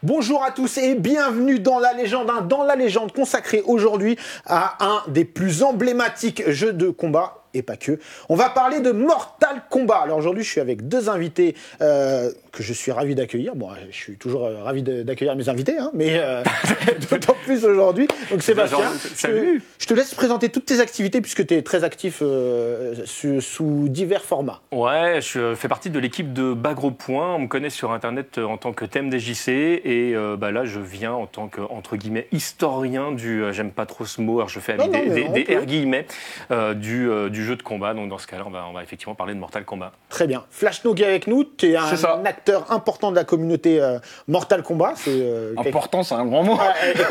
Bonjour à tous et bienvenue dans La Légende consacrée aujourd'hui à un des plus emblématiques jeux de combat. Et pas que. On va parler de Mortal Kombat. Alors aujourd'hui, je suis avec deux invités que je suis ravi d'accueillir. Bon, je suis toujours ravi d'accueillir mes invités, hein, mais d'autant plus aujourd'hui. Donc Sébastien, salut. Je te laisse présenter toutes tes activités puisque tu es très actif sous divers formats. Ouais, je fais partie de l'équipe de Bas Gros Point. On me connaît sur Internet en tant que TMDJC et là, je viens en tant que, entre guillemets, historien du... j'aime pas trop ce mot, alors je fais avec des R guillemets du jeu de combat. Donc dans ce cas-là, on va effectivement parler de Mortal Kombat. Très bien. Flashno qui est avec nous, tu es un acteur important de la communauté Mortal Kombat. Important, c'est un grand mot.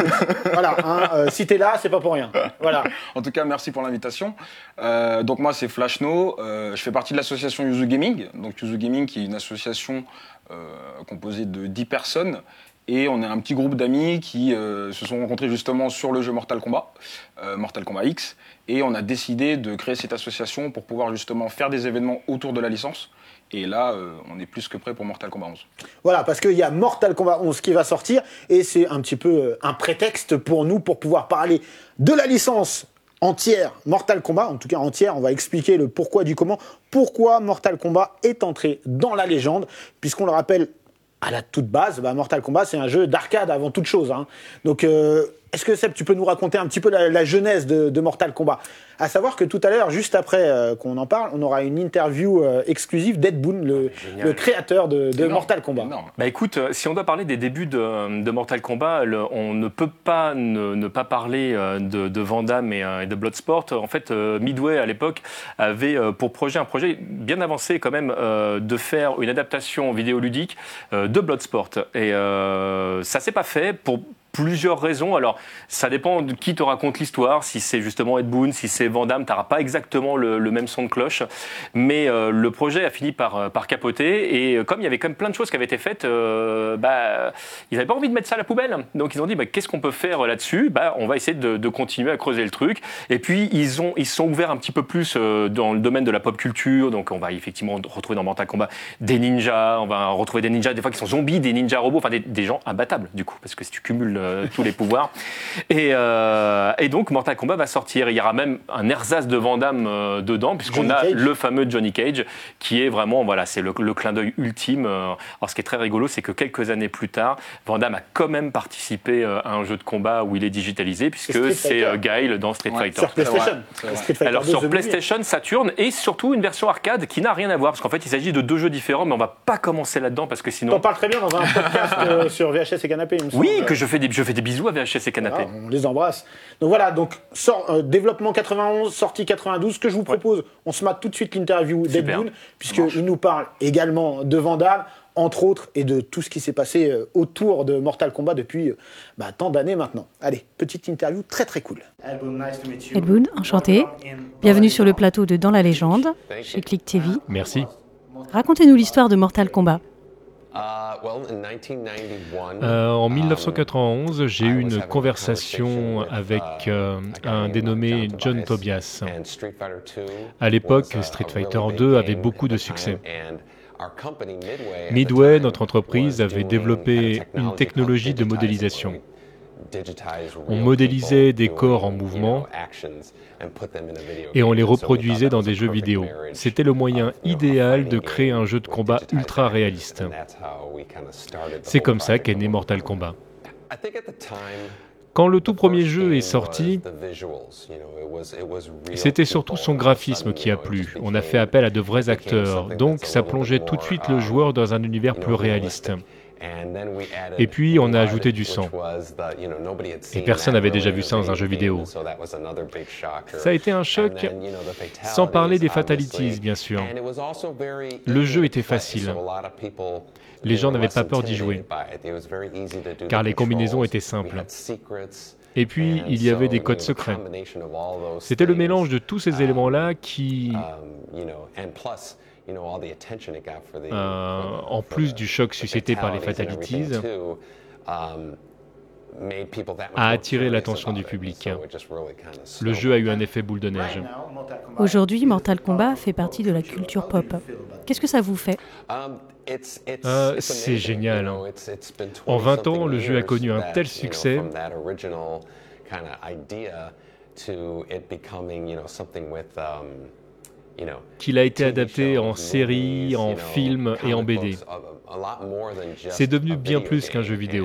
Voilà, si tu es là, c'est pas pour rien. Voilà. En tout cas, merci pour l'invitation. Donc moi, c'est Flashno. Je fais partie de l'association Yuzu Gaming. Donc Yuzu Gaming, qui est une association composée de 10 personnes. Et on est un petit groupe d'amis qui se sont rencontrés justement sur le jeu Mortal Kombat, Mortal Kombat X. Et on a décidé de créer cette association pour pouvoir justement faire des événements autour de la licence. Et là, on est plus que prêt pour Mortal Kombat 11. Voilà, parce qu'il y a Mortal Kombat 11 qui va sortir. Et c'est un petit peu un prétexte pour nous pour pouvoir parler de la licence entière Mortal Kombat. En tout cas entière, on va expliquer le pourquoi du comment. Pourquoi Mortal Kombat est entré dans la légende. Puisqu'on le rappelle, à la toute base, Mortal Kombat, c'est un jeu d'arcade avant toute chose. Hein. Donc, est-ce que Seb, tu peux nous raconter un petit peu la genèse de Mortal Kombat ? À savoir que tout à l'heure, juste après qu'on en parle, on aura une interview exclusive d'Ed Boon, le créateur de Mortal Kombat. Bah écoute, si on doit parler des débuts de Mortal Kombat, on ne peut pas ne pas parler de Van Damme et de Bloodsport. En fait, Midway, à l'époque, avait pour projet, un projet bien avancé quand même, de faire une adaptation vidéoludique de Bloodsport. Et ça s'est pas fait pour plusieurs raisons. Alors, ça dépend de qui te raconte l'histoire. Si c'est justement Ed Boon, si c'est Van Damme, tu n'auras pas exactement le même son de cloche. Mais le projet a fini par capoter. Et comme il y avait quand même plein de choses qui avaient été faites, ils n'avaient pas envie de mettre ça à la poubelle. Donc, ils ont dit, qu'est-ce qu'on peut faire là-dessus ? On va essayer de continuer à creuser le truc. Et puis, ils se sont ouverts un petit peu plus dans le domaine de la pop culture. Donc, on va effectivement retrouver dans Mortal Kombat des ninjas. On va retrouver des ninjas, des fois qui sont zombies, des ninjas robots, enfin des gens imbattables, du coup. Parce que si tu cumules tous les pouvoirs. Et donc, Mortal Kombat va sortir. Il y aura même un ersatz de Van Damme dedans, puisqu'on a le fameux Johnny Cage, qui est vraiment, c'est le clin d'œil ultime. Alors, ce qui est très rigolo, c'est que quelques années plus tard, Van Damme a quand même participé à un jeu de combat où il est digitalisé, puisque c'est Guile dans Street Fighter. Sur PlayStation. Alors, sur PlayStation, Saturn, et surtout une version arcade qui n'a rien à voir, parce qu'en fait, il s'agit de deux jeux différents, mais on va pas commencer là-dedans, parce que sinon... T'en parles très bien dans un podcast sur VHS et Canapé, il me semble. Oui, que je fais des bisous à VHS et Canapé. Voilà, on les embrasse. Donc voilà, développement 91, sortie 92. Ce que je vous propose, on se mate tout de suite l'interview d'Ed Boon, puisqu'il nous parle également de Van Damme, entre autres, et de tout ce qui s'est passé autour de Mortal Kombat depuis tant d'années maintenant. Allez, petite interview très très cool. Ed Boon, enchanté. Bienvenue sur le plateau de Dans la Légende, chez Click TV. Merci. Racontez-nous l'histoire de Mortal Kombat. En 1991, j'ai eu une conversation avec un dénommé John Tobias. À l'époque, Street Fighter 2 avait beaucoup de succès. Midway, notre entreprise, avait développé une technologie de modélisation. On modélisait des corps en mouvement et on les reproduisait dans des jeux vidéo. C'était le moyen idéal de créer un jeu de combat ultra réaliste. C'est comme ça qu'est né Mortal Kombat. Quand le tout premier jeu est sorti, c'était surtout son graphisme qui a plu. On a fait appel à de vrais acteurs, donc ça plongeait tout de suite le joueur dans un univers plus réaliste. Et puis, on a ajouté du sang. Et personne n'avait déjà vu ça dans un jeu vidéo. Ça a été un choc, sans parler des fatalities, bien sûr. Le jeu était facile. Les gens n'avaient pas peur d'y jouer, car les combinaisons étaient simples. Et puis, il y avait des codes secrets. C'était le mélange de tous ces éléments-là qui... en plus du choc suscité par les fatalities, a attiré l'attention du public. Le jeu a eu un effet boule de neige. Aujourd'hui, Mortal Kombat fait partie de la culture pop. Qu'est-ce que ça vous fait? C'est génial. Hein. En 20 ans, le jeu a connu un tel succès qu'il a été adapté en série, en film et en BD. C'est devenu bien plus qu'un jeu vidéo.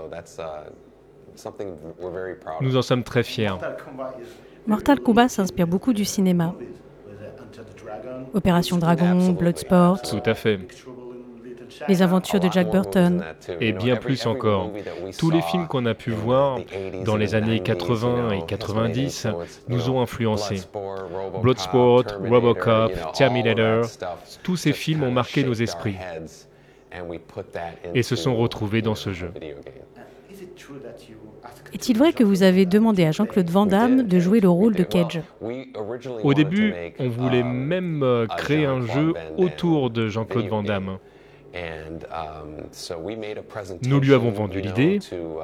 Nous en sommes très fiers. Mortal Kombat s'inspire beaucoup du cinéma. Opération Dragon, Bloodsport, Tout à fait. les aventures de Jack Burton. Et bien plus encore. Tous les films qu'on a pu voir dans les années 80 et 90 nous ont influencés. Bloodsport, Robocop, Terminator, tous ces films ont marqué nos esprits et se sont retrouvés dans ce jeu. Est-il vrai que vous avez demandé à Jean-Claude Van Damme de jouer le rôle de Cage? Au début, on voulait même créer un jeu autour de Jean-Claude Van Damme. Nous lui avons vendu l'idée.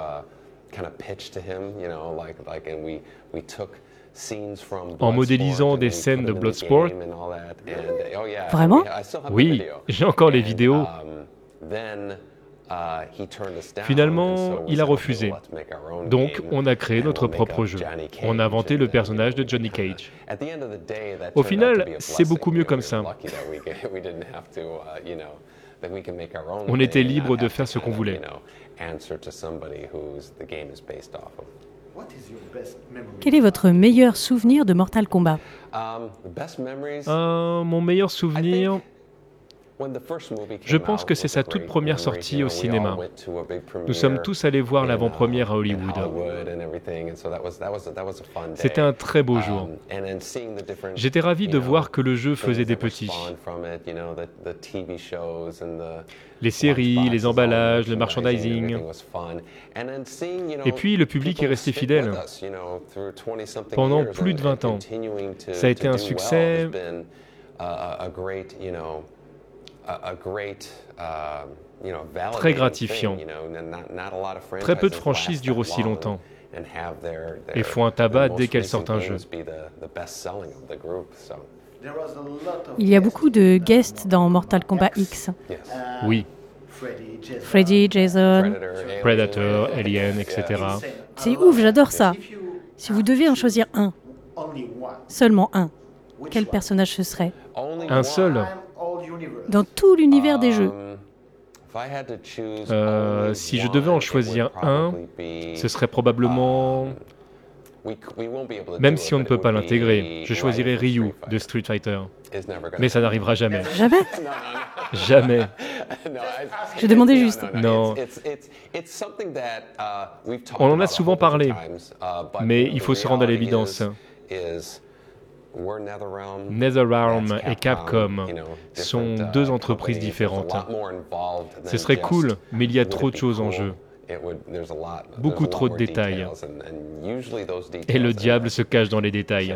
En modélisant des scènes de Bloodsport. Vraiment? Oui, j'ai encore les vidéos. Finalement, il a refusé. Donc, on a créé notre propre jeu. On a inventé le personnage de Johnny Cage. Au final, c'est beaucoup mieux comme ça. On était libre de faire ce qu'on voulait. Quel est votre meilleur souvenir de Mortal Kombat? Mon meilleur souvenir, je pense que c'est sa toute première sortie au cinéma. Nous sommes tous allés voir l'avant-première à Hollywood. C'était un très beau jour. J'étais ravi de voir que le jeu faisait des petits. Les séries, les emballages, le merchandising. Et puis le public est resté fidèle pendant plus de 20 ans. Ça a été un succès. Très gratifiant. Très peu de franchises durent aussi longtemps et font un tabac dès qu'elles sortent un jeu. Il y a beaucoup de guests dans Mortal Kombat X. Oui, Freddy, Jason. Predator, Alien, etc. C'est ouf, j'adore ça. Si vous deviez en choisir un, seulement un, quel personnage ce serait? Un seul. Dans tout l'univers des jeux. Si je devais en choisir un, ce serait probablement... Même si on ne peut pas l'intégrer, je choisirais Ryu de Street Fighter. Mais ça n'arrivera jamais. Jamais? Jamais. Je demandais juste. Non. On en a souvent parlé, mais il faut se rendre à l'évidence. NetherRealm et Capcom sont deux entreprises différentes. Ce serait cool, mais il y a trop de choses en jeu. Beaucoup trop de détails. Et le diable se cache dans les détails.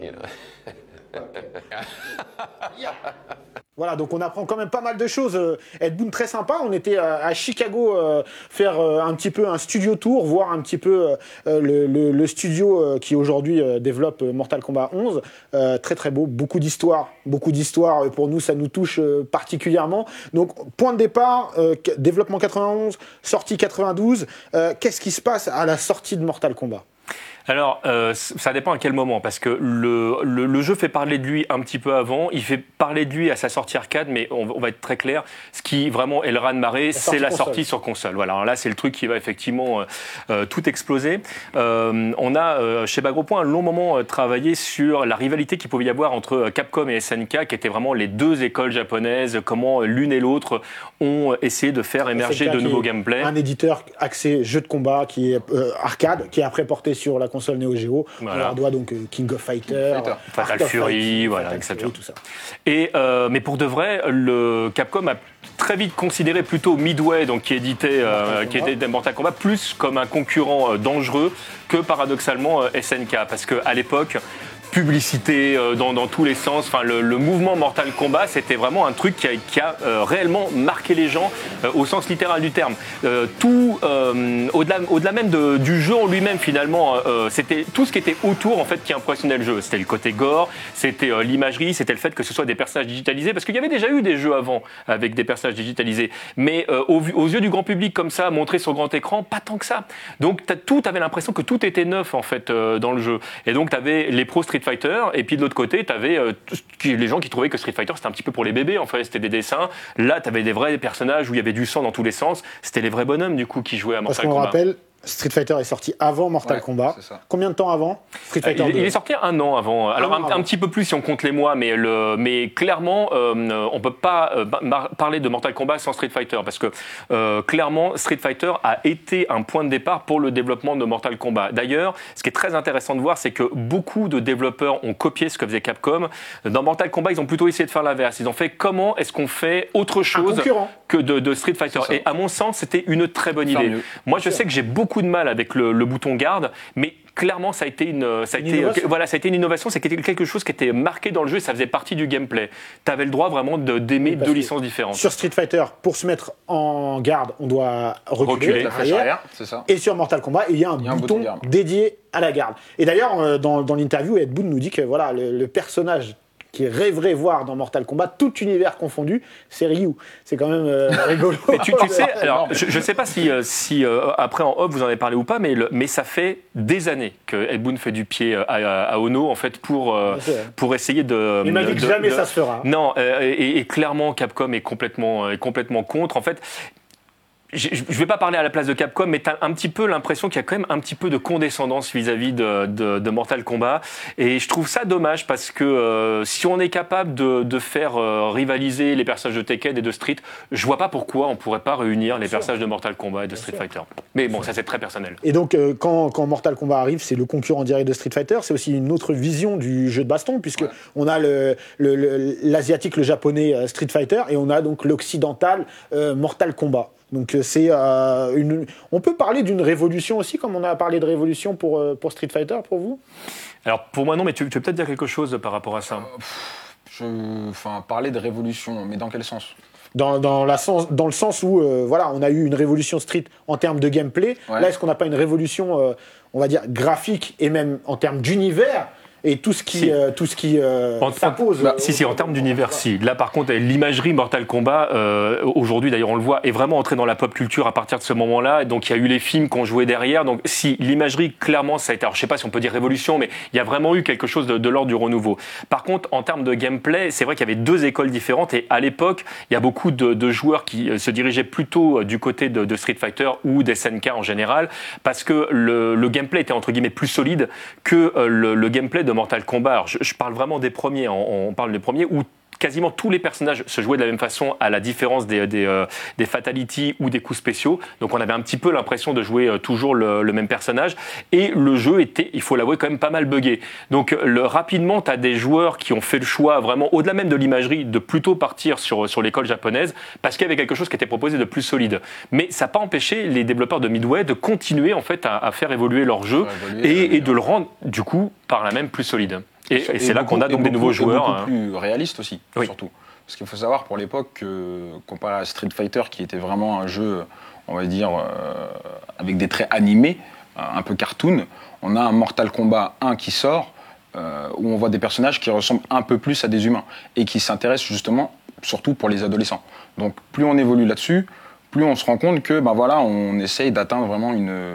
Voilà, donc on apprend quand même pas mal de choses. Ed Boon, très sympa. On était à Chicago faire un petit peu un studio tour, voir un petit peu le studio qui aujourd'hui développe Mortal Kombat 11. Très très beau, beaucoup d'histoires. Pour nous, ça nous touche particulièrement. Donc, point de départ, développement 91, sortie 92. Qu'est-ce qui se passe à la sortie de Mortal Kombat ? Alors, ça dépend à quel moment, parce que le jeu fait parler de lui un petit peu avant, il fait parler de lui à sa sortie arcade, mais on va être très clair, ce qui vraiment est le raz-de-marée, c'est la sortie sur console. Voilà, alors là, c'est le truc qui va effectivement tout exploser. On a, chez Bagropoint, un long moment travaillé sur la rivalité qu'il pouvait y avoir entre Capcom et SNK, qui étaient vraiment les deux écoles japonaises, comment l'une et l'autre ont essayé de faire émerger de nouveaux gameplays. Un éditeur axé jeu de combat, qui est arcade, qui est après porté sur la console Neo Geo. Voilà. On leur doit donc King of Fighters, Fatal Fury, voilà, exactement. Tout ça. Et mais pour de vrai, le Capcom a très vite considéré plutôt Midway, donc qui éditait Mortal Kombat, plus comme un concurrent dangereux que paradoxalement SNK, parce que à l'époque, publicité dans tous les sens. Enfin, le mouvement Mortal Kombat, c'était vraiment un truc qui a réellement marqué les gens au sens littéral du terme. Au-delà même du jeu en lui-même, finalement, c'était tout ce qui était autour en fait qui impressionnait le jeu. C'était le côté gore, c'était l'imagerie, c'était le fait que ce soit des personnages digitalisés, parce qu'il y avait déjà eu des jeux avant avec des personnages digitalisés, mais aux yeux du grand public comme ça, montré sur grand écran, pas tant que ça. Donc t'avais l'impression que tout était neuf en fait dans le jeu. Et donc t'avais les pros Street Fighter, et puis de l'autre côté t'avais les gens qui trouvaient que Street Fighter c'était un petit peu pour les bébés, en fait, c'était des dessins. Là t'avais des vrais personnages où il y avait du sang dans tous les sens. C'était les vrais bonhommes du coup qui jouaient à Mortal Kombat. Parce qu'on rappelle, Street Fighter est sorti avant Mortal Kombat. Combien de temps avant Street Fighter 2 il est sorti 1 an avant. Alors un petit peu plus si on compte les mois, mais clairement, on peut pas parler de Mortal Kombat sans Street Fighter, parce que clairement, Street Fighter a été un point de départ pour le développement de Mortal Kombat. D'ailleurs, ce qui est très intéressant de voir, c'est que beaucoup de développeurs ont copié ce que faisait Capcom. Dans Mortal Kombat, ils ont plutôt essayé de faire l'inverse. Ils ont fait comment est-ce qu'on fait autre chose que de Street Fighter. Et à mon sens, c'était une très bonne idée. Moi, je sais que j'ai beaucoup de mal avec le bouton garde, mais clairement, ça a été une innovation. C'est quelque chose qui était marqué dans le jeu et ça faisait partie du gameplay. Tu avais le droit vraiment d'aimer deux licences différentes. Sur Street Fighter, pour se mettre en garde, on doit reculer la flèche arrière, c'est ça. Et sur Mortal Kombat, il y a un bouton dédié à la garde. Et d'ailleurs, dans l'interview, Ed Boon nous dit que voilà, le personnage qui rêverait voir dans Mortal Kombat, tout univers confondu, c'est Ryu. C'est quand même rigolo. Mais tu sais, alors, je ne sais pas si après en off vous en avez parlé ou pas, mais ça fait des années que Ed Boon fait du pied à Ono en fait pour essayer de. Il m'a dit que jamais ça se fera. Non, et clairement Capcom est complètement contre. En fait. Je ne vais pas parler à la place de Capcom, mais tu as un petit peu l'impression qu'il y a quand même un petit peu de condescendance vis-à-vis de Mortal Kombat. Et je trouve ça dommage parce que si on est capable de faire rivaliser les personnages de Tekken et de Street, je vois pas pourquoi on ne pourrait pas réunir les personnages de Mortal Kombat et de Street Fighter. Mais bon, ça c'est très personnel. Et donc quand Mortal Kombat arrive, c'est le concurrent direct de Street Fighter. C'est aussi une autre vision du jeu de baston, puisque on a l'asiatique, le japonais Street Fighter, et on a donc l'occidental Mortal Kombat. Donc on peut parler d'une révolution aussi, comme on a parlé de révolution pour Street Fighter, pour vous ? Alors pour moi non, mais tu veux peut-être dire quelque chose par rapport à ça ? Parler de révolution, mais dans quel sens ? Dans le sens où on a eu une révolution Street en termes de gameplay. Ouais. Là, est-ce qu'on n'a pas une révolution, on va dire, graphique et même en termes d'univers ? Et tout ce qui s'impose. Si, en termes d'univers, si. Là, par contre, l'imagerie Mortal Kombat, aujourd'hui, d'ailleurs, on le voit, est vraiment entrée dans la pop culture à partir de ce moment-là. Donc, il y a eu les films qu'on jouait derrière. Donc, si l'imagerie, clairement, ça a été. Alors, je sais pas si on peut dire révolution, mais il y a vraiment eu quelque chose de l'ordre du renouveau. Par contre, en termes de gameplay, c'est vrai qu'il y avait deux écoles différentes. Et à l'époque, il y a beaucoup de joueurs qui se dirigeaient plutôt du côté de Street Fighter ou des SNK en général, parce que le gameplay était, entre guillemets, plus solide que le gameplay de Mortal Kombat. Alors, je parle vraiment des premiers, on parle des premiers où quasiment tous les personnages se jouaient de la même façon, à la différence des fatalities ou des coups spéciaux. Donc on avait un petit peu l'impression de jouer toujours le même personnage. Et le jeu était, il faut l'avouer, quand même pas mal buggé. Donc rapidement, tu as des joueurs qui ont fait le choix, vraiment, au-delà même de l'imagerie, de plutôt partir sur l'école japonaise, parce qu'il y avait quelque chose qui était proposé de plus solide. Mais ça n'a pas empêché les développeurs de Midway de continuer en fait à faire évoluer leur jeu et de le rendre, du coup, par là même plus solide. Et c'est là qu'on a donc des nouveaux joueurs. Beaucoup plus réalistes aussi, surtout. Parce qu'il faut savoir pour l'époque, comparé à Street Fighter, qui était vraiment un jeu, on va dire, avec des traits animés, un peu cartoon, on a un Mortal Kombat 1 qui sort, où on voit des personnages qui ressemblent un peu plus à des humains, et qui s'intéressent justement, surtout pour les adolescents. Donc plus on évolue là-dessus, plus on se rend compte que, on essaye d'atteindre vraiment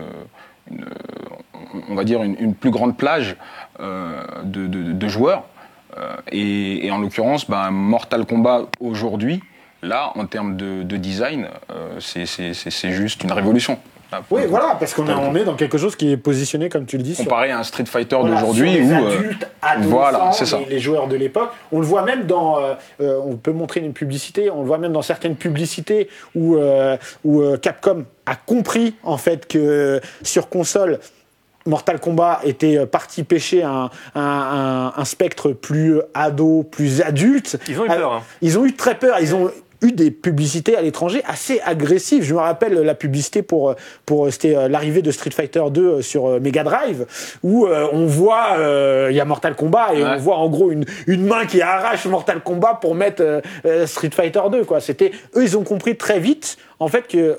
on va dire une plus grande plage de joueurs. Et en l'occurrence, Mortal Kombat aujourd'hui, là, en termes de design, c'est juste une révolution. Oui, voilà, parce qu'on est dans quelque chose qui est positionné, comme tu le dis, comparé à un Street Fighter d'aujourd'hui, où adultes, voilà, c'est ça. Les joueurs de l'époque, on le voit même dans, on peut montrer une publicité, on le voit même dans certaines publicités où Capcom a compris en fait que sur console, Mortal Kombat était parti pêcher un spectre plus ado, plus adulte. Ils ont eu peur. Ils ont eu très peur. eu des publicités à l'étranger assez agressives. Je me rappelle la publicité pour c'était l'arrivée de Street Fighter 2 sur Mega Drive, où on voit, il y a Mortal Kombat, et on voit en gros une main qui arrache Mortal Kombat pour mettre Street Fighter 2, quoi. Eux, ils ont compris très vite, en fait, que,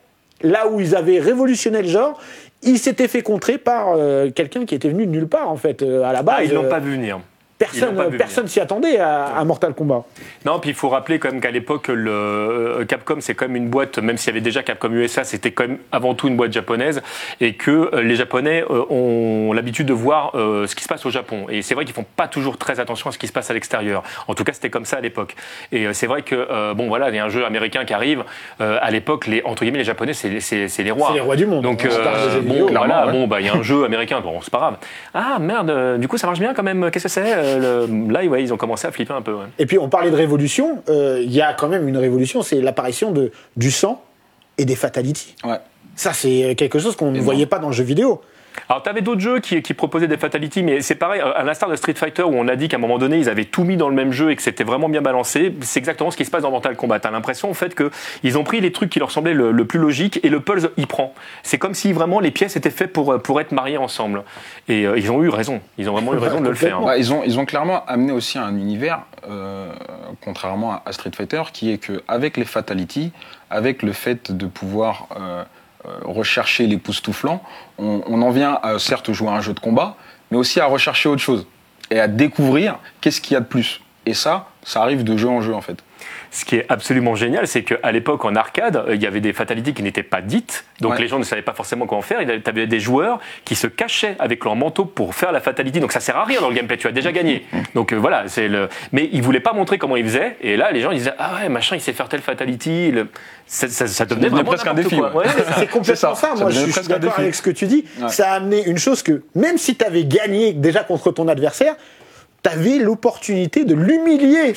là où ils avaient révolutionné le genre, ils s'étaient fait contrer par quelqu'un qui était venu de nulle part, en fait, à la base. Ils l'ont pas vu venir. Personne s'y attendait à Mortal Kombat. Non, puis il faut rappeler quand même qu'à l'époque, Capcom, c'est quand même une boîte, même s'il y avait déjà Capcom USA, c'était quand même avant tout une boîte japonaise, et que les Japonais ont l'habitude de voir ce qui se passe au Japon. Et c'est vrai qu'ils font pas toujours très attention à ce qui se passe à l'extérieur. En tout cas, c'était comme ça à l'époque. Et c'est vrai que, il y a un jeu américain qui arrive. À l'époque, entre guillemets, les Japonais, c'est les rois. C'est les rois du monde. Donc, il y a un jeu américain, bon, c'est pas grave. Ah, merde, du coup, ça marche bien quand même, qu'est-ce que c'est là, ils ont commencé à flipper un peu. Ouais. Et puis, on parlait de révolution. Il y a quand même une révolution, c'est l'apparition du sang et des fatalities. Ouais. Ça, c'est quelque chose qu'on ne voyait pas dans le jeu vidéo. Alors, tu avais d'autres jeux qui proposaient des fatalities, mais c'est pareil, à l'instar de Street Fighter, où on a dit qu'à un moment donné, ils avaient tout mis dans le même jeu et que c'était vraiment bien balancé. C'est exactement ce qui se passe dans Mortal Kombat. Tu as l'impression, en fait, qu'ils ont pris les trucs qui leur semblaient le plus logique et le puzzle y prend. C'est comme si vraiment les pièces étaient faites pour être mariées ensemble. Et ils ont eu raison. Ils ont vraiment eu raison de le faire. Ils ont clairement amené aussi un univers, contrairement à Street Fighter, qui est qu'avec les fatalities, avec le fait de pouvoir rechercher l'époustouflant, on en vient à certes jouer à un jeu de combat, mais aussi à rechercher autre chose et à découvrir qu'est-ce qu'il y a de plus. Et ça arrive de jeu en jeu en fait. Ce qui est absolument génial, c'est qu'à l'époque, en arcade, il y avait des fatalities qui n'étaient pas dites, donc les gens ne savaient pas forcément comment faire. Tu avais des joueurs qui se cachaient avec leur manteau pour faire la fatality, donc ça sert à rien dans le gameplay, tu as déjà gagné. Donc voilà, mais ils ne voulaient pas montrer comment ils faisaient, et là, les gens ils disaient « Ah ouais, machin, il sait faire telle fatality ». Ça devenait vraiment presque un défi. C'est complètement ça. Moi, je suis d'accord avec ce que tu dis. Ouais. Ça a amené une chose que, même si tu avais gagné déjà contre ton adversaire, t'avais l'opportunité de l'humilier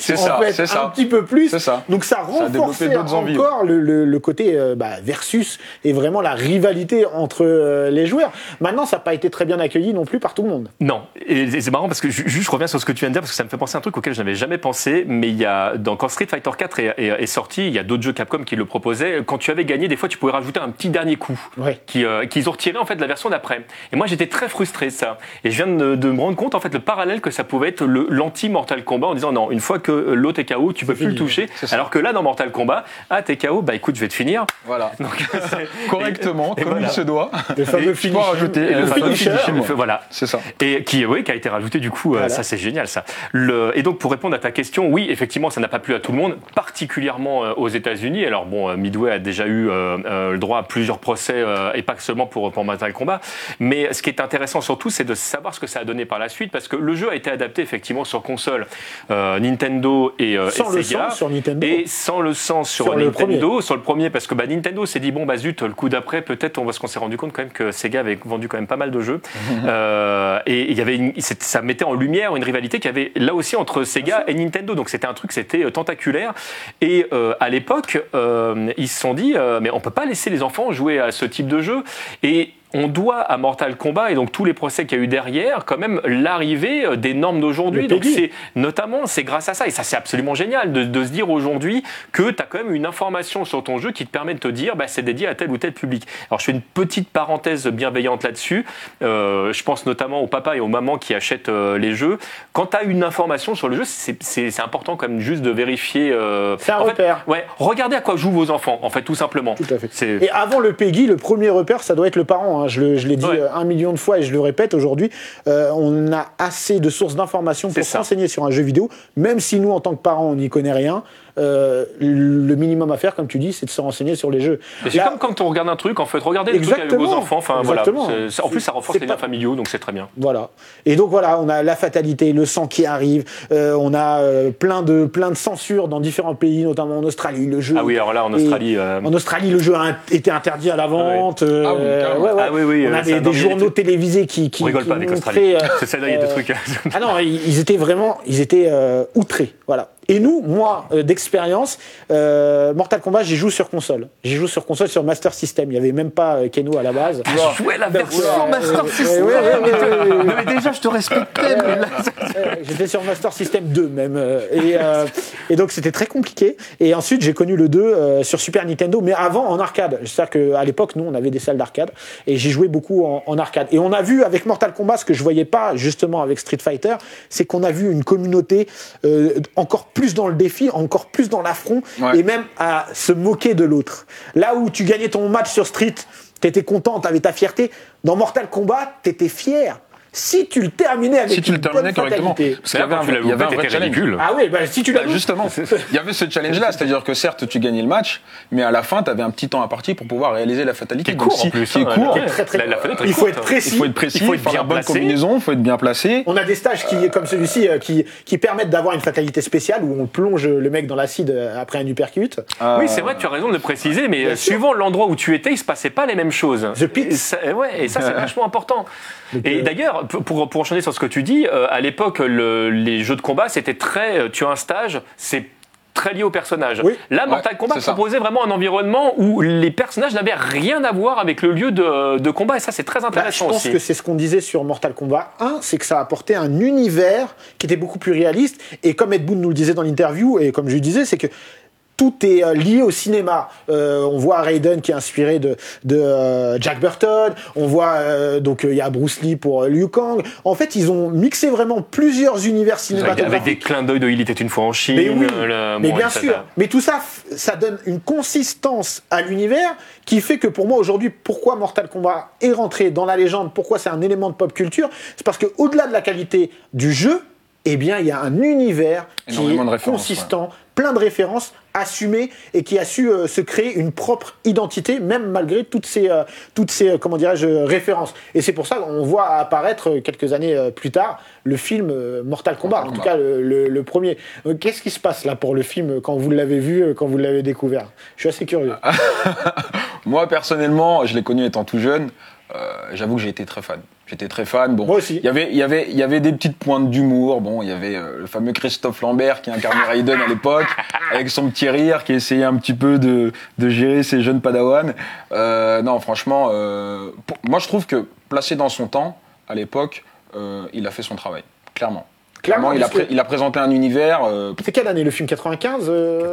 un petit peu plus. Donc ça renforçait encore le côté versus et vraiment la rivalité entre les joueurs. Maintenant, ça n'a pas été très bien accueilli non plus par tout le monde. Non, et c'est marrant parce que je reviens sur ce que tu viens de dire parce que ça me fait penser à un truc auquel je n'avais jamais pensé, mais quand Street Fighter 4 est sorti, il y a d'autres jeux Capcom qui le proposaient. Quand tu avais gagné, des fois tu pouvais rajouter un petit dernier coup qu'ils ont retiré en fait de la version d'après. Et moi j'étais très frustré de ça. Et je viens de me rendre compte en fait le parallèle que ça pouvait être l'anti-Mortal Kombat en disant non, une fois que l'autre est KO, tu peux plus le toucher. Alors que là, dans Mortal Kombat, t'es KO, écoute, je vais te finir. Voilà. Donc, correctement, comme il se doit. Le fameux finisher. Rajouter le finisher. Voilà. C'est ça. Et qui a été rajouté du coup, ça c'est génial ça. Et donc pour répondre à ta question, oui, effectivement, ça n'a pas plu à tout le monde, particulièrement aux États-Unis. Alors bon, Midway a déjà eu le droit à plusieurs procès et pas seulement pour Mortal Kombat. Mais ce qui est intéressant surtout, c'est de savoir ce que ça a donné par la suite, parce que le jeu a été adapté effectivement sur console Nintendo et Sega, sur Nintendo. et sans le sang sur Nintendo, sur le premier, parce que Nintendo s'est dit bon zut, le coup d'après peut-être parce qu'on s'est rendu compte quand même que Sega avait vendu quand même pas mal de jeux et il y avait ça mettait en lumière une rivalité qu'il y avait là aussi entre Sega et Nintendo, donc c'était un truc, c'était tentaculaire et à l'époque ils se sont dit mais on peut pas laisser les enfants jouer à ce type de jeu, et on doit à Mortal Kombat et donc tous les procès qu'il y a eu derrière quand même l'arrivée des normes d'aujourd'hui. Donc c'est grâce à ça, et ça c'est absolument génial de se dire aujourd'hui que tu as quand même une information sur ton jeu qui te permet de te dire c'est dédié à tel ou tel public. Alors je fais une petite parenthèse bienveillante là-dessus, je pense notamment aux papas et aux mamans qui achètent les jeux. Quand tu as une information sur le jeu, c'est important quand même juste de vérifier. C'est un repère. Regardez à quoi jouent vos enfants en fait, tout simplement. Tout à fait. Et avant le PEGI, le premier repère ça doit être le parent. Je l'ai dit 1 million de fois et je le répète aujourd'hui, on a assez de sources d'informations pour s'enseigner sur un jeu vidéo, même si nous en tant que parents on n'y connaît rien. Le minimum à faire, comme tu dis, c'est de se renseigner sur les jeux. Et c'est comme quand on regarde un truc, en fait, regardez les trucs avec vos enfants. Enfin, voilà. En plus, ça renforce les liens familiaux, donc c'est très bien. Voilà. Et donc voilà, on a la fatalité, le sang qui arrive. On a plein de censures dans différents pays, notamment en Australie. Le jeu. Ah oui, alors là, en Australie. En Australie, le jeu a été interdit à la vente. Oui. On a des journaux télévisés qui. On rigole pas avec l'Australie. C'est ça, là, il y a des trucs. Ah non, ils étaient outrés. Voilà. Et nous, moi, d'expérience, Mortal Kombat, j'y joue sur console. J'y joue sur console, sur Master System. Il n'y avait même pas Keno à la base. Je jouais la version Master System. Mais déjà, je te respectais. J'étais sur Master System 2 même. Et donc, c'était très compliqué. Et ensuite, j'ai connu le 2 sur Super Nintendo, mais avant en arcade. C'est-à-dire qu'à l'époque, nous, on avait des salles d'arcade. Et j'ai joué beaucoup en arcade. Et on a vu avec Mortal Kombat, ce que je voyais pas justement avec Street Fighter, c'est qu'on a vu une communauté encore plus dans le défi, encore plus dans l'affront, et même à se moquer de l'autre. Là où tu gagnais ton match sur Street, t'étais content, t'avais ta fierté. Dans Mortal Kombat, t'étais fier. Si tu le terminais avec une bonne fatalité. Parce qu'il y avait un vrai challenge. Ah oui, si tu l'as justement, il y avait ce challenge-là, c'est-à-dire que certes, tu gagnais le match, mais à la fin, tu avais un petit temps imparti pour pouvoir réaliser la fatalité. Qui est court en plus. Qui est court. Il faut être précis. Il faut être précis, il faut faire la bonne combinaison, il faut être bien placé. On a des stages comme celui-ci qui permettent d'avoir une fatalité spéciale où on plonge le mec dans l'acide après un uppercut. Oui, c'est vrai, tu as raison de le préciser, mais suivant l'endroit où tu étais, il se passait pas les mêmes choses. The Pit. Et ça, c'est vachement important. Et d'ailleurs, pour enchaîner sur ce que tu dis, à l'époque, les jeux de combat, c'était très. Tu as un stage, c'est très lié au personnage. Oui. Là, Mortal Kombat proposait vraiment un environnement où les personnages n'avaient rien à voir avec le lieu de combat, et ça, c'est très intéressant aussi. Je pense que c'est ce qu'on disait sur Mortal Kombat 1, c'est que ça apportait un univers qui était beaucoup plus réaliste, et comme Ed Boon nous le disait dans l'interview, et comme je lui disais, c'est que tout est lié au cinéma. On voit Raiden qui est inspiré de Jack Burton. On voit donc il y a Bruce Lee pour Liu Kang. En fait, ils ont mixé vraiment plusieurs univers cinématographiques. Avec des clins d'œil de Il était une fois en Chine. Mais oui, mais bien sûr. Mais tout ça, ça donne une consistance à l'univers qui fait que pour moi aujourd'hui, pourquoi Mortal Kombat est rentré dans la légende, pourquoi c'est un élément de pop culture, c'est parce que au-delà de la qualité du jeu, eh bien, il y a un univers qui est consistant, plein de références, assumé et qui a su se créer une propre identité, même malgré toutes ces comment dirais-je, références. Et c'est pour ça qu'on voit apparaître quelques années plus tard le film Mortal Kombat, en tout cas le premier. Qu'est-ce qui se passe là pour le film quand vous l'avez vu, quand vous l'avez découvert? Je suis assez curieux. Moi, personnellement, je l'ai connu étant tout jeune. J'avoue que j'ai été très fan. J'étais très fan. Bon, moi aussi. Il y avait des petites pointes d'humour. Bon, il y avait le fameux Christophe Lambert qui incarnait Raiden à l'époque, avec son petit rire, qui essayait un petit peu de gérer ses jeunes padawans. Non, franchement, moi je trouve que placé dans son temps, à l'époque, il a fait son travail, clairement. Clairement, il a présenté un univers. C'est quelle année le film? 95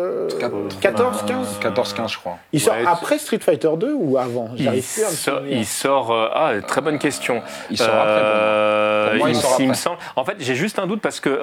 14, 15 14, 15, je crois. Il sort après Street Fighter 2 ou avant? Il sort. Très bonne question. Il sort après. Pour moi, il sort après. Me semble. En fait, j'ai juste un doute parce que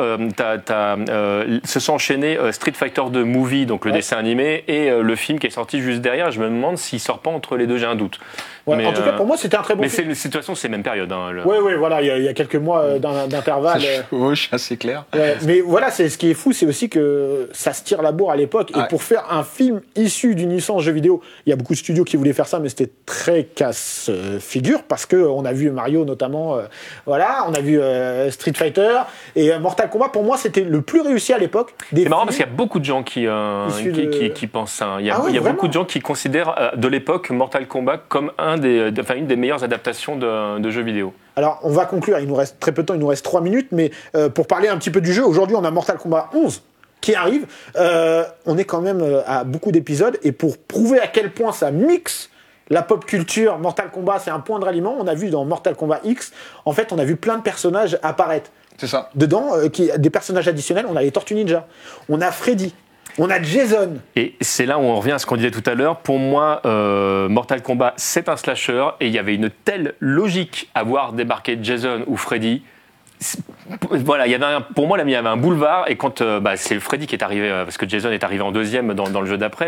se sont enchaînés Street Fighter 2 Movie, donc le dessin animé, et le film qui est sorti juste derrière. Je me demande s'il sort pas entre les deux. J'ai un doute. Ouais, mais, en tout cas, pour moi, c'était un très bon film. Mais de toute façon, c'est la même période. Oui, voilà, il y a quelques mois d'intervalle. C'est assez clair. Ouais, mais voilà, ce qui est fou, c'est aussi que ça se tire la bourre à l'époque. Et pour faire un film issu d'une licence jeu vidéo, il y a beaucoup de studios qui voulaient faire ça, mais c'était très casse-figure parce qu'on a vu Mario notamment. Voilà, on a vu Street Fighter et Mortal Kombat. Pour moi, c'était le plus réussi à l'époque. C'est marrant parce qu'il y a beaucoup de gens qui pensent ça. Il y a beaucoup de gens qui considèrent de l'époque Mortal Kombat comme une des meilleures adaptations de jeux vidéo. Alors, on va conclure, il nous reste très peu de temps, il nous reste 3 minutes, mais pour parler un petit peu du jeu, aujourd'hui on a Mortal Kombat 11 qui arrive, on est quand même à beaucoup d'épisodes, et pour prouver à quel point ça mixe la pop culture, Mortal Kombat c'est un point de ralliement, on a vu dans Mortal Kombat X, en fait on a vu plein de personnages apparaître. C'est ça. Dedans, des personnages additionnels, on a les Tortues Ninja, on a Freddy, on a Jason. Et c'est là où on revient à ce qu'on disait tout à l'heure. Pour moi, Mortal Kombat, c'est un slasher. Et il y avait une telle logique à voir débarquer Jason ou Freddy. Voilà, pour moi, il y avait un boulevard. Et quand c'est Freddy qui est arrivé, parce que Jason est arrivé en deuxième dans le jeu d'après,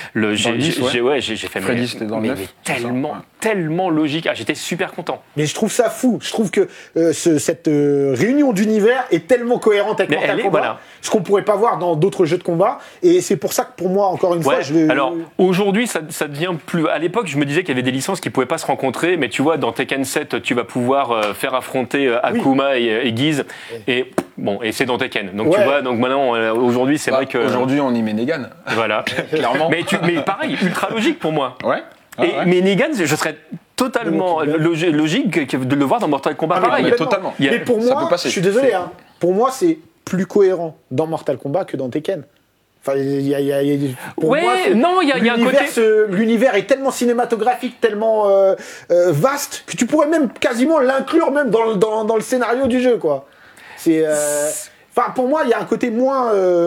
j'ai fait Freddy, c'était dans le 9, tellement logique. J'étais super content. Mais je trouve ça fou. Je trouve que cette réunion d'univers est tellement cohérente avec Mortal Kombat, ce qu'on pourrait pas voir dans d'autres jeux de combat. Et c'est pour ça que pour moi, encore une fois, alors aujourd'hui, ça devient plus. À l'époque, je me disais qu'il y avait des licences qui pouvaient pas se rencontrer, mais tu vois, dans Tekken 7, tu vas pouvoir faire affronter Akuma et Guise. Et c'est dans Tekken. Donc tu vois, donc maintenant, aujourd'hui, c'est vrai que. Aujourd'hui, on y met Negan. Voilà, clairement. Mais pareil, ultra logique pour moi. Ouais. Mais Negan, je serais totalement logique de le voir dans Mortal Kombat. Pareil, totalement. Mais pour moi, je suis désolé, pour moi, c'est plus cohérent dans Mortal Kombat que dans Tekken. Enfin, pour moi, il y a un côté. L'univers est tellement cinématographique, tellement vaste que tu pourrais même quasiment l'inclure même dans le scénario du jeu, quoi. C'est. Enfin, pour moi, il y a un côté moins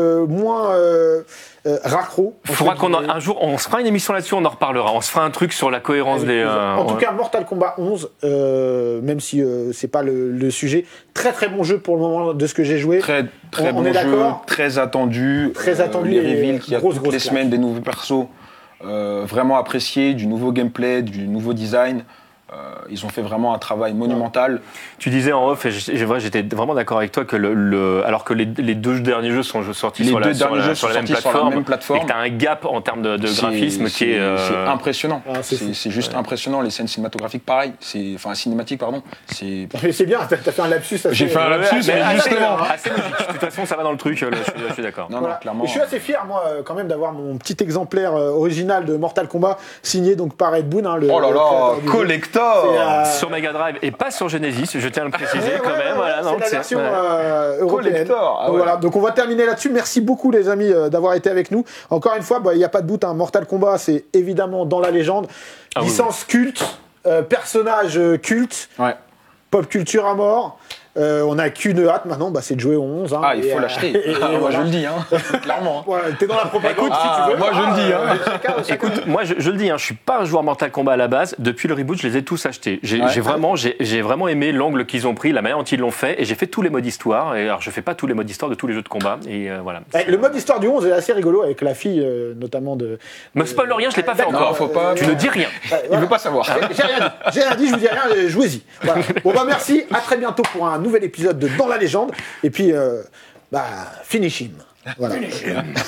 raccro. Il faudra un jour, on se fera une émission là-dessus, on en reparlera. On se fera un truc sur la cohérence des. En tout cas, Mortal Kombat 11, même si c'est pas le sujet, très très bon jeu pour le moment de ce que j'ai joué. Très bon est jeu, très attendu. Très attendu. Les reveals qui a toutes les claque. semaines des nouveaux persos, vraiment appréciés, du nouveau gameplay, du nouveau design. Ils ont fait vraiment un travail monumental. Tu disais en off, et j'étais vraiment d'accord avec toi, que alors que les deux derniers jeux sont sortis sur la même plateforme, et que tu as un gap en termes de graphisme qui est... C'est impressionnant. C'est juste Ouais. impressionnant. Les scènes cinématographiques, pareil. Cinématiques, pardon. C'est bien, t'as fait un lapsus. J'ai fait un lapsus, mais justement. Assez logique. De toute façon, ça va dans le truc, je suis d'accord. Non, Voilà. clairement. Et je suis assez fier, moi, quand même, d'avoir mon petit exemplaire original de Mortal Kombat, signé donc par Ed Boon. Oh là là, collector. Sur Mega Drive et pas sur Genesis, je tiens à le préciser quand même. Voilà, c'est la version européenne. Collector. Ah ouais. Voilà, donc on va terminer là-dessus. Merci beaucoup les amis d'avoir été avec nous. Encore une fois, il n'y a pas de doute, Mortal Kombat, c'est évidemment dans la légende. Licence culte, personnage culte, pop culture à mort. On n'a qu'une hâte maintenant, c'est de jouer au 11. Il faut l'acheter. Moi je le dis, clairement. T'es dans la propagande si tu veux. Moi je le dis. Écoute, moi je le dis, je suis pas un joueur Mortal Kombat à la base. Depuis le reboot, je les ai tous achetés. J'ai vraiment aimé l'angle qu'ils ont pris, la manière dont ils l'ont fait, et j'ai fait tous les modes histoire. Et alors je fais pas tous les modes histoire de tous les jeux de combat. Et voilà. Le mode histoire du 11 est assez rigolo avec la fille notamment de. Me spoil rien, je l'ai pas fait encore. Non, faut pas. Tu ne dis rien. Il veut pas savoir. J'ai rien dit, je vous dis rien, jouez-y. Voilà. Bon merci, à très bientôt pour un nouvel épisode de Dans la légende. Et puis, finish him. Voilà.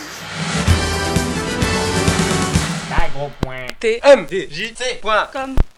TMDJC.com